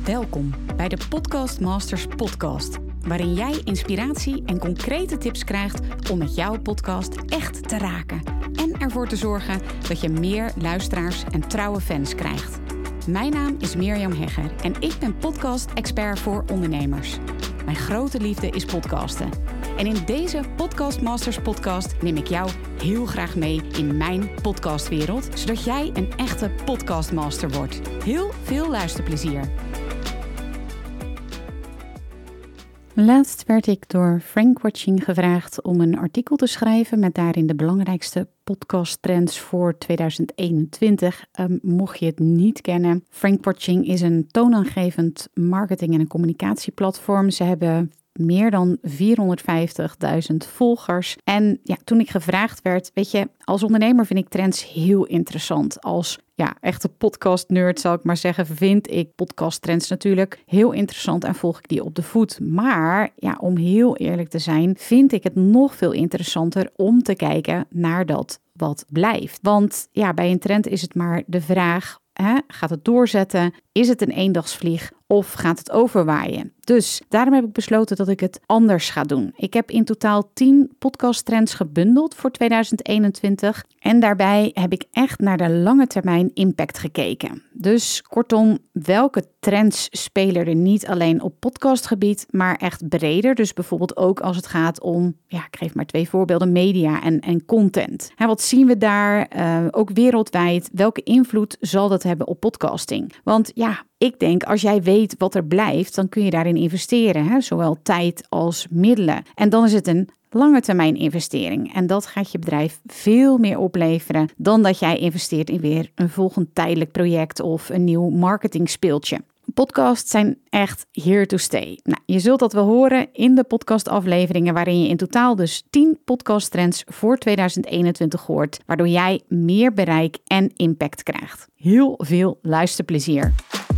Welkom bij de Podcast Masters podcast, waarin jij inspiratie en concrete tips krijgt om met jouw podcast echt te raken en ervoor te zorgen dat je meer luisteraars en trouwe fans krijgt. Mijn naam is Mirjam Hegger en ik ben podcast-expert voor ondernemers. Mijn grote liefde is podcasten. En in deze Podcast Masters podcast neem ik jou heel graag mee in mijn podcastwereld, zodat jij een echte podcastmaster wordt. Heel veel luisterplezier. Laatst werd ik door Frankwatching gevraagd om een artikel te schrijven met daarin de belangrijkste podcasttrends voor 2021. Mocht je het niet kennen, Frankwatching is een toonaangevend marketing- en een communicatieplatform. Ze hebben meer dan 450.000 volgers. En ja, toen ik gevraagd werd, weet je, als ondernemer vind ik trends heel interessant. Als echte podcast-nerd zal ik maar zeggen, vind ik podcasttrends natuurlijk heel interessant en volg ik die op de voet. Maar ja, om heel eerlijk te zijn, vind ik het nog veel interessanter om te kijken naar dat wat blijft. Want ja, bij een trend is het maar de vraag, gaat het doorzetten? Is het een eendagsvlieg of gaat het overwaaien? Dus daarom heb ik besloten dat ik het anders ga doen. Ik heb in totaal 10 podcasttrends gebundeld voor 2021. En daarbij heb ik echt naar de lange termijn impact gekeken. Dus kortom, welke trends spelen er niet alleen op podcastgebied, maar echt breder. Dus bijvoorbeeld ook als het gaat om, ik geef maar 2 voorbeelden, media en content. Wat zien we daar? Ook wereldwijd. Welke invloed zal dat hebben op podcasting? Want ik denk, als jij weet wat er blijft, dan kun je daarin investeren. Zowel tijd als middelen. En dan is het een lange termijn investering. En dat gaat je bedrijf veel meer opleveren dan dat jij investeert in weer een volgend tijdelijk project of een nieuw marketing speeltje. Podcasts zijn echt here to stay. Je zult dat wel horen in de podcastafleveringen waarin je in totaal dus 10 podcasttrends voor 2021 hoort, waardoor jij meer bereik en impact krijgt. Heel veel luisterplezier.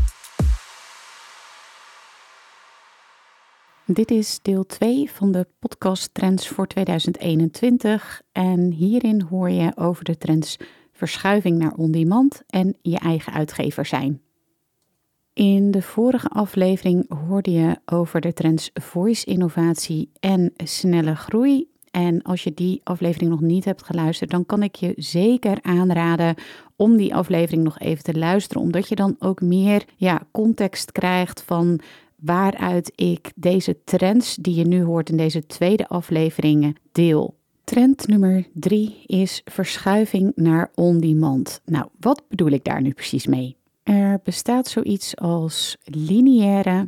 Dit is deel 2 van de podcasttrends voor 2021 en hierin hoor je over de trends verschuiving naar on-demand en je eigen uitgever zijn. In de vorige aflevering hoorde je over de trends voice-innovatie en snelle groei. En als je die aflevering nog niet hebt geluisterd, dan kan ik je zeker aanraden om die aflevering nog even te luisteren. Omdat je dan ook meer context krijgt van waaruit ik deze trends die je nu hoort in deze tweede afleveringen deel. Trend nummer 3 is verschuiving naar on-demand. Nou, wat bedoel ik daar nu precies mee? Er bestaat zoiets als lineaire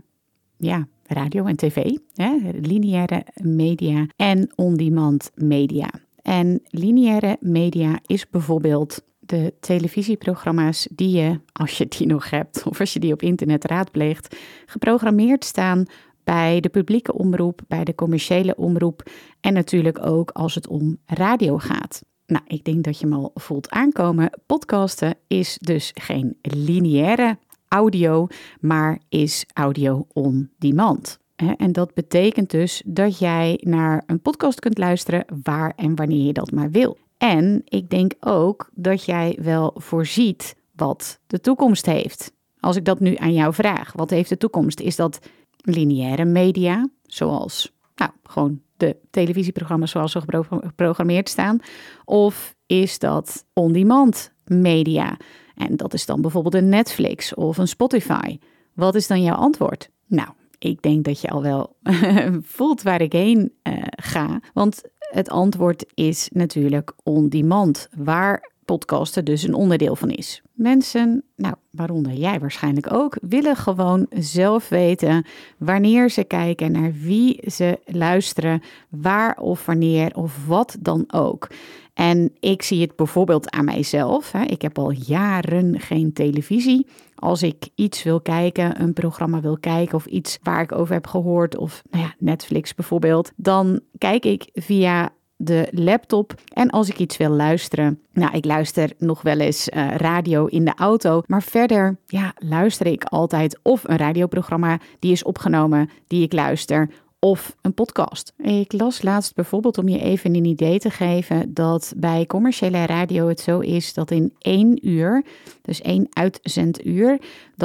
radio en tv, lineaire media en on-demand media. En lineaire media is bijvoorbeeld de televisieprogramma's die je, als je die nog hebt of als je die op internet raadpleegt, geprogrammeerd staan bij de publieke omroep, bij de commerciële omroep en natuurlijk ook als het om radio gaat. Nou, ik denk dat je me al voelt aankomen. Podcasten is dus geen lineaire audio, maar is audio on demand. En dat betekent dus dat jij naar een podcast kunt luisteren waar en wanneer je dat maar wil. En ik denk ook dat jij wel voorziet wat de toekomst heeft. Als ik dat nu aan jou vraag, wat heeft de toekomst? Is dat lineaire media, zoals gewoon de televisieprogramma's zoals ze geprogrammeerd staan? Of is dat on-demand media? En dat is dan bijvoorbeeld een Netflix of een Spotify. Wat is dan jouw antwoord? Nou, ik denk dat je al wel voelt waar ik heen ga. Want het antwoord is natuurlijk on-demand, waar podcasten dus een onderdeel van is. Mensen, waaronder jij waarschijnlijk ook, willen gewoon zelf weten wanneer ze kijken, naar wie ze luisteren, waar of wanneer of wat dan ook. En ik zie het bijvoorbeeld aan mijzelf. Ik heb al jaren geen televisie. Als ik iets wil kijken, een programma wil kijken of iets waar ik over heb gehoord of Netflix bijvoorbeeld, dan kijk ik via de laptop. En als ik iets wil luisteren, ik luister nog wel eens radio in de auto. Maar verder luister ik altijd of een radioprogramma die is opgenomen, die ik luister, of een podcast. Ik las laatst bijvoorbeeld, om je even een idee te geven, dat bij commerciële radio het zo is dat in 1 uur, dus 1 uitzenduur, dat er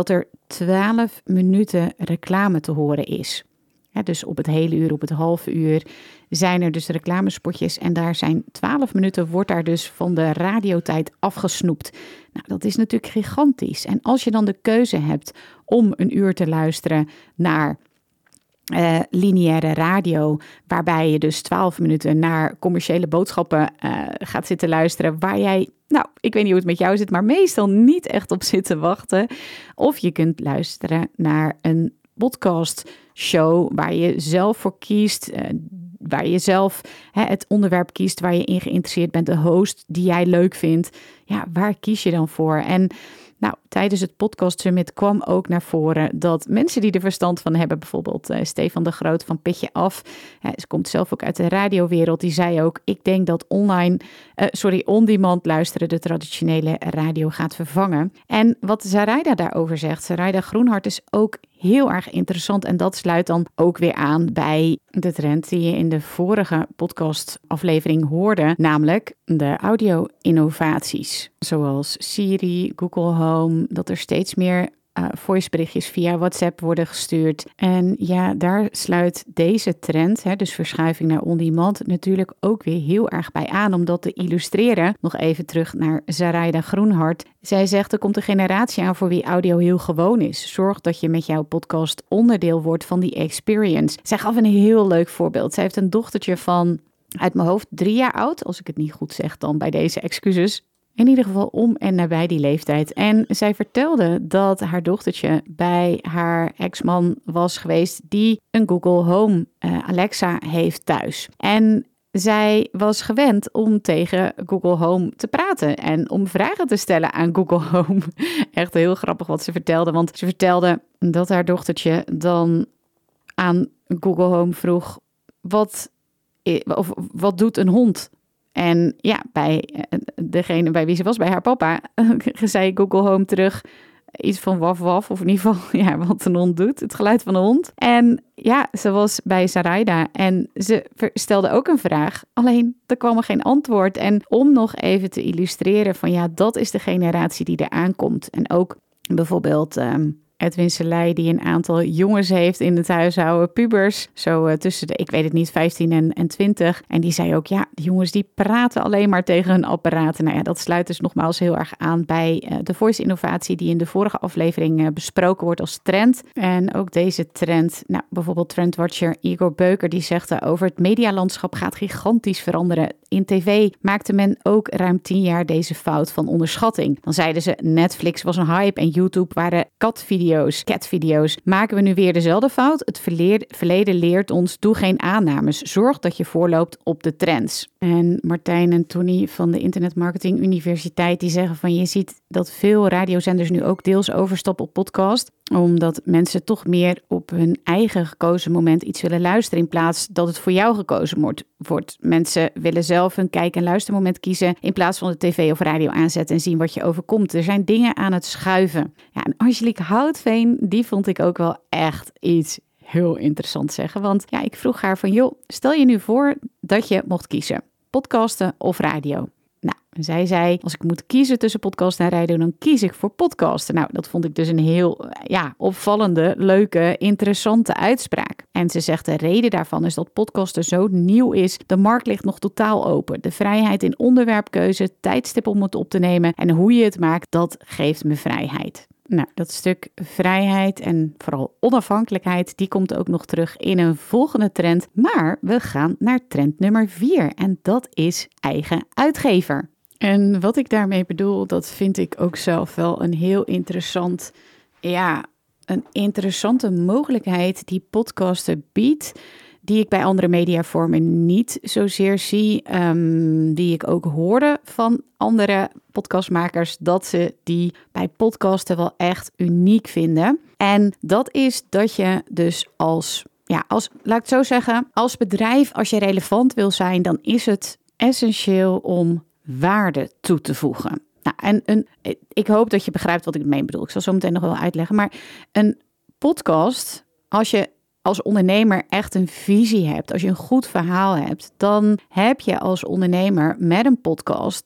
12 minuten reclame te horen is. Ja, dus op het hele uur, op het halve uur zijn er dus reclamespotjes. En daar zijn 12 minuten, wordt daar dus van de radiotijd afgesnoept. Nou, dat is natuurlijk gigantisch. En als je dan de keuze hebt om een uur te luisteren naar lineaire radio, waarbij je dus 12 minuten naar commerciële boodschappen gaat zitten luisteren, waar jij, nou, ik weet niet hoe het met jou zit, maar meestal niet echt op zit te wachten. Of je kunt luisteren naar een podcastshow waar je zelf voor kiest, waar je zelf het onderwerp kiest waar je in geïnteresseerd bent, de host die jij leuk vindt. Ja, waar kies je dan voor? En nou, tijdens het Podcast Summit kwam ook naar voren dat mensen die er verstand van hebben, bijvoorbeeld Stefan de Groot van Petje Af, ze komt zelf ook uit de radiowereld, die zei ook, ik denk dat on-demand luisteren de traditionele radio gaat vervangen. En wat Zaraida daarover zegt, Zaraida Groenhart, is ook heel erg interessant en dat sluit dan ook weer aan bij de trend die je in de vorige podcastaflevering hoorde, namelijk de audio-innovaties, zoals Siri, Google Home, dat er steeds meer voiceberichtjes via WhatsApp worden gestuurd. En ja, daar sluit deze trend, dus verschuiving naar on-demand, natuurlijk ook weer heel erg bij aan. Om dat te illustreren, nog even terug naar Zaraida Groenhart. Zij zegt, er komt een generatie aan voor wie audio heel gewoon is. Zorg dat je met jouw podcast onderdeel wordt van die experience. Zij gaf een heel leuk voorbeeld. Zij heeft een dochtertje van, uit mijn hoofd, 3 jaar oud. Als ik het niet goed zeg, dan bij deze excuses. In ieder geval om en nabij die leeftijd. En zij vertelde dat haar dochtertje bij haar ex-man was geweest die een Google Home Alexa heeft thuis. En zij was gewend om tegen Google Home te praten en om vragen te stellen aan Google Home. Echt heel grappig wat ze vertelde, want ze vertelde dat haar dochtertje dan aan Google Home vroeg, wat doet een hond? En ja, bij degene bij wie ze was, bij haar papa, zei Google Home terug iets van waf waf, of in ieder geval ja, wat een hond doet, het geluid van een hond. En ja, ze was bij Zaraida en ze stelde ook een vraag, alleen er kwam er geen antwoord. En om nog even te illustreren van ja, dat is de generatie die er aankomt. En ook bijvoorbeeld Edwin Selei, die een aantal jongens heeft in het huishouden, pubers, zo tussen de, ik weet het niet, 15 en 20. En die zei ook, ja, die jongens die praten alleen maar tegen hun apparaten. Nou ja, dat sluit dus nogmaals heel erg aan bij de voice-innovatie die in de vorige aflevering besproken wordt als trend. En ook deze trend, nou, bijvoorbeeld trendwatcher Igor Beuker, die zegt daarover, het medialandschap gaat gigantisch veranderen. In tv maakte men ook ruim 10 jaar deze fout van onderschatting. Dan zeiden ze, Netflix was een hype en YouTube waren catvideo's. Maken we nu weer dezelfde fout? Het verleden leert ons, doe geen aannames. Zorg dat je voorloopt op de trends. En Martijn en Tony van de Internet Marketing Universiteit, die zeggen van je ziet dat veel radiozenders nu ook deels overstappen op podcast. Omdat mensen toch meer op hun eigen gekozen moment iets willen luisteren in plaats dat het voor jou gekozen wordt. Mensen willen zelf hun kijk- en luistermoment kiezen in plaats van de tv of radio aanzetten en zien wat je overkomt. Er zijn dingen aan het schuiven. Ja, en Angelique Houtveen, die vond ik ook wel echt iets heel interessants zeggen. Want ja, ik vroeg haar van joh, stel je nu voor dat je mocht kiezen. Podcasten of radio? Nou, zij zei, als ik moet kiezen tussen podcast en radio, dan kies ik voor podcasten. Nou, dat vond ik dus een heel opvallende, leuke, interessante uitspraak. En ze zegt, de reden daarvan is dat podcasten zo nieuw is. De markt ligt nog totaal open. De vrijheid in onderwerpkeuze, tijdstip om het op te nemen en hoe je het maakt, dat geeft me vrijheid. Nou, dat stuk vrijheid en vooral onafhankelijkheid, die komt ook nog terug in een volgende trend. Maar we gaan naar trend nummer 4 en dat is eigen uitgever. En wat ik daarmee bedoel, dat vind ik ook zelf wel een heel een interessante mogelijkheid die podcasten biedt, die ik bij andere mediavormen niet zozeer zie, die ik ook hoorde van andere podcastmakers, dat ze die bij podcasten wel echt uniek vinden. En dat is dat je dus laat ik het zo zeggen, als bedrijf, als je relevant wil zijn, dan is het essentieel om waarde toe te voegen. Nou, en ik hoop dat je begrijpt wat ik ermee bedoel. Ik zal zo meteen nog wel uitleggen. Maar een podcast, als je als ondernemer echt een visie hebt, als je een goed verhaal hebt, dan heb je als ondernemer met een podcast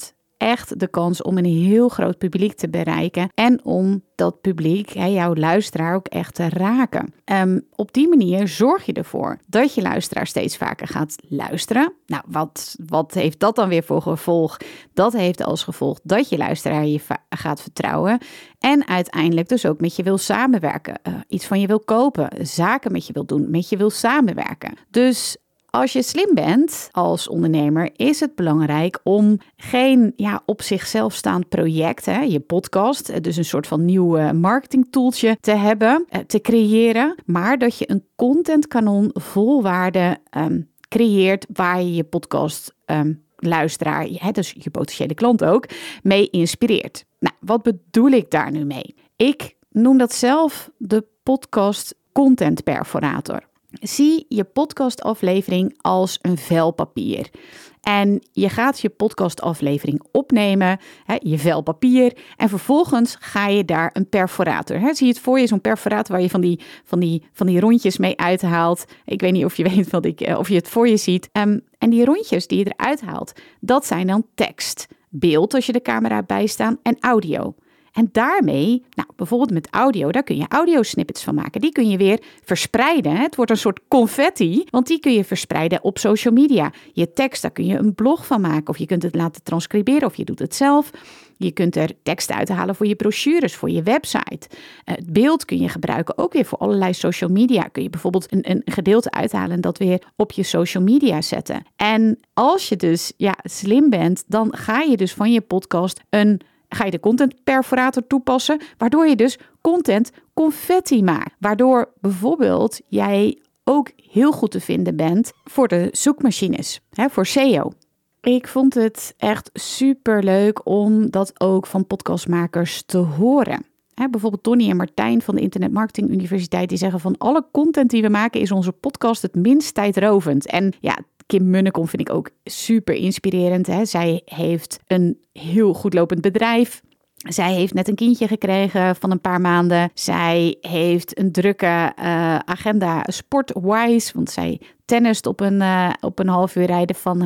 echt de kans om een heel groot publiek te bereiken en om dat publiek, jouw luisteraar, ook echt te raken. Op die manier zorg je ervoor dat je luisteraar steeds vaker gaat luisteren. Nou, wat heeft dat dan weer voor gevolg? Dat heeft als gevolg dat je luisteraar je gaat vertrouwen en uiteindelijk dus ook met je wil samenwerken. Iets van je wil kopen, zaken met je wil doen, met je wil samenwerken. Dus als je slim bent als ondernemer, is het belangrijk om geen op zichzelf staand project, je podcast, dus een soort van nieuw marketingtooltje te hebben, te creëren, maar dat je een contentkanon vol waarde creëert waar je je podcast luisteraar, dus je potentiële klant ook, mee inspireert. Nou, wat bedoel ik daar nu mee? Ik noem dat zelf de podcast content perforator. Zie je podcastaflevering als een vel papier. En je gaat je podcastaflevering opnemen, je vel papier, en vervolgens ga je daar een perforator. Zie je het voor je, zo'n perforator waar je van die rondjes mee uithaalt. Ik weet niet of je weet of je het voor je ziet. En die rondjes die je eruit haalt, dat zijn dan tekst, beeld als je de camera bijstaat en audio. En daarmee, bijvoorbeeld met audio, daar kun je audiosnippets van maken. Die kun je weer verspreiden. Het wordt een soort confetti, want die kun je verspreiden op social media. Je tekst, daar kun je een blog van maken. Of je kunt het laten transcriberen of je doet het zelf. Je kunt er teksten uithalen voor je brochures, voor je website. Het beeld kun je gebruiken ook weer voor allerlei social media. Kun je bijvoorbeeld een gedeelte uithalen en dat weer op je social media zetten. En als je dus slim bent, dan ga je dus van je podcast ga je de content perforator toepassen, waardoor je dus content confetti maakt. Waardoor bijvoorbeeld jij ook heel goed te vinden bent voor de zoekmachines, voor SEO. Ik vond het echt superleuk om dat ook van podcastmakers te horen. Bijvoorbeeld Donnie en Martijn van de Internet Marketing Universiteit, die zeggen van alle content die we maken is onze podcast het minst tijdrovend. En Kim Munnekom vind ik ook super inspirerend. Zij heeft een heel goed lopend bedrijf. Zij heeft net een kindje gekregen van een paar maanden. Zij heeft een drukke agenda sport-wise, want zij tennist op een half uur rijden van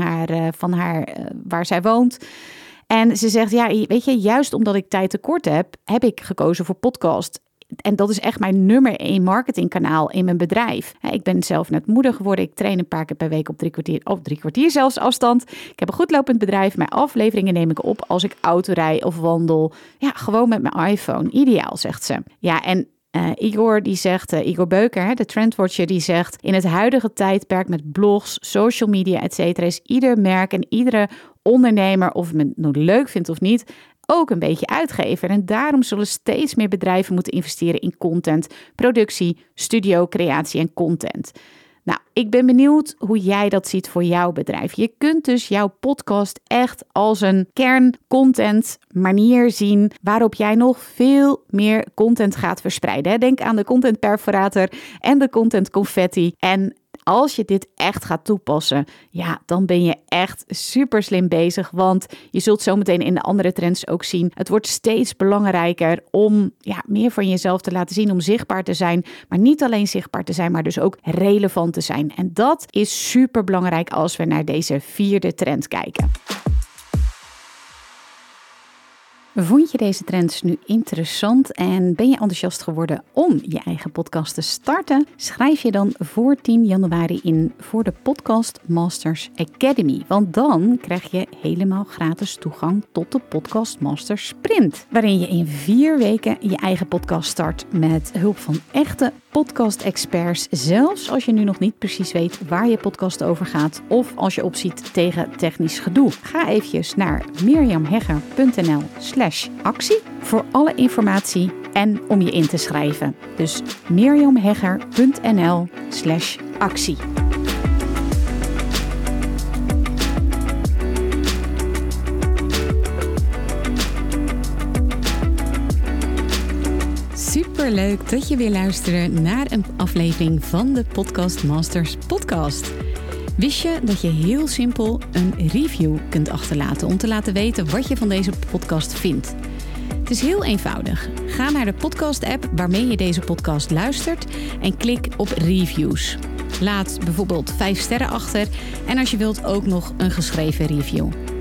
haar waar zij woont. En ze zegt, weet je, juist omdat ik tijd tekort heb ik gekozen voor podcast. En dat is echt mijn nummer 1 marketingkanaal in mijn bedrijf. Ik ben zelf net moeder geworden. Ik train een paar keer per week op 3 kwartier zelfs afstand. Ik heb een goed lopend bedrijf. Mijn afleveringen neem ik op als ik autorij of wandel. Gewoon met mijn iPhone. Ideaal, zegt ze. En Igor die zegt, Igor Beuker, de trendwatcher, die zegt, in het huidige tijdperk met blogs, social media, etc. is ieder merk en iedere ondernemer, of men het nou leuk vindt of niet, ook een beetje uitgever. En daarom zullen steeds meer bedrijven moeten investeren in content, productie, studio, creatie en content. Nou, ik ben benieuwd hoe jij dat ziet voor jouw bedrijf. Je kunt dus jouw podcast echt als een kerncontent manier zien waarop jij nog veel meer content gaat verspreiden. Denk aan de content perforator en de content confetti. En als je dit echt gaat toepassen, dan ben je echt super slim bezig. Want je zult zometeen in de andere trends ook zien. Het wordt steeds belangrijker om meer van jezelf te laten zien. Om zichtbaar te zijn. Maar niet alleen zichtbaar te zijn, maar dus ook relevant te zijn. En dat is super belangrijk als we naar deze 4e trend kijken. Vond je deze trends nu interessant en ben je enthousiast geworden om je eigen podcast te starten? Schrijf je dan voor 10 januari in voor de Podcast Masters Academy. Want dan krijg je helemaal gratis toegang tot de Podcast Masters Sprint. Waarin je in 4 weken je eigen podcast start met hulp van echte podcast-experts. Zelfs als je nu nog niet precies weet waar je podcast over gaat of als je opziet tegen technisch gedoe. Ga eventjes naar miriamhegger.nl/actie voor alle informatie en om je in te schrijven. Dus miriamhegger.nl/actie. Superleuk dat je weer luistert naar een aflevering van de Podcast Masters podcast. Wist je dat je heel simpel een review kunt achterlaten om te laten weten wat je van deze podcast vindt? Het is heel eenvoudig. Ga naar de podcast-app waarmee je deze podcast luistert en klik op reviews. Laat bijvoorbeeld 5 sterren achter en als je wilt ook nog een geschreven review.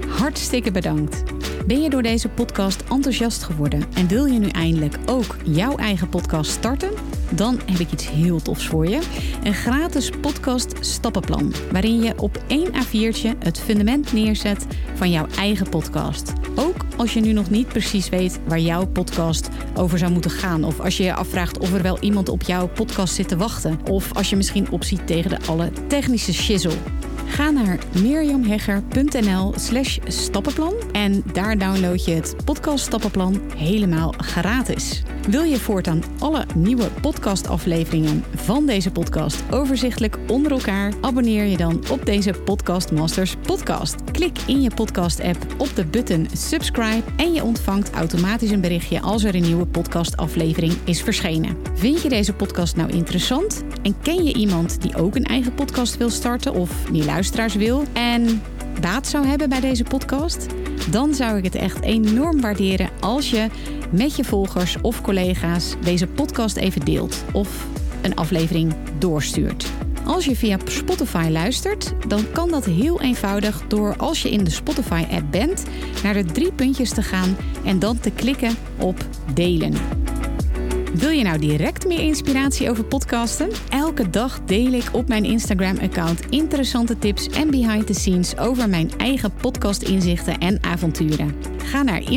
hartstikke bedankt. Ben je door deze podcast enthousiast geworden en wil je nu eindelijk ook jouw eigen podcast starten? Dan heb ik iets heel tofs voor je. Een gratis podcast stappenplan, waarin je op 1 A4'tje het fundament neerzet van jouw eigen podcast. Ook als je nu nog niet precies weet waar jouw podcast over zou moeten gaan. Of als je je afvraagt of er wel iemand op jouw podcast zit te wachten. Of als je misschien opziet tegen de alle technische shizzle. Ga naar mirjamhegger.nl/stappenplan en daar download je het podcast stappenplan helemaal gratis. Wil je voortaan alle nieuwe podcastafleveringen van deze podcast overzichtelijk onder elkaar? Abonneer je dan op deze Podcast Masters podcast. Klik in je podcast app op de button subscribe en je ontvangt automatisch een berichtje als er een nieuwe podcastaflevering is verschenen. Vind je deze podcast nou interessant? En ken je iemand die ook een eigen podcast wil starten of meer luisteraars wil en baat zou hebben bij deze podcast? Dan zou ik het echt enorm waarderen als je met je volgers of collega's deze podcast even deelt of een aflevering doorstuurt. Als je via Spotify luistert, dan kan dat heel eenvoudig door als je in de Spotify-app bent, naar de 3 puntjes te gaan en dan te klikken op delen. Wil je nou direct meer inspiratie over podcasten? Elke dag deel ik op mijn Instagram-account interessante tips en behind the scenes over mijn eigen podcastinzichten en avonturen. Ga naar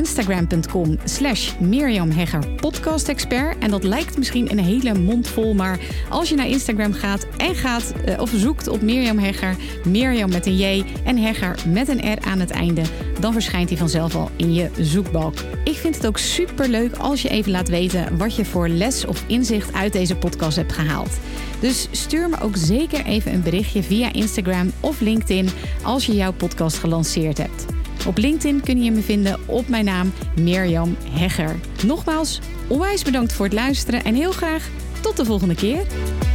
instagram.com/mirjamheggerpodcastexpert en dat lijkt misschien een hele mond vol, maar als je naar Instagram gaat of zoekt op Mirjam Hegger, Mirjam met een J en Hegger met een R aan het einde, dan verschijnt hij vanzelf al in je zoekbalk. Ik vind het ook superleuk als je even laat weten wat je voor les of inzicht uit deze podcast hebt gehaald. Dus stuur me ook zeker even een berichtje via Instagram of LinkedIn als je jouw podcast gelanceerd hebt. Op LinkedIn kun je me vinden op mijn naam Mirjam Hegger. Nogmaals, onwijs bedankt voor het luisteren en heel graag tot de volgende keer.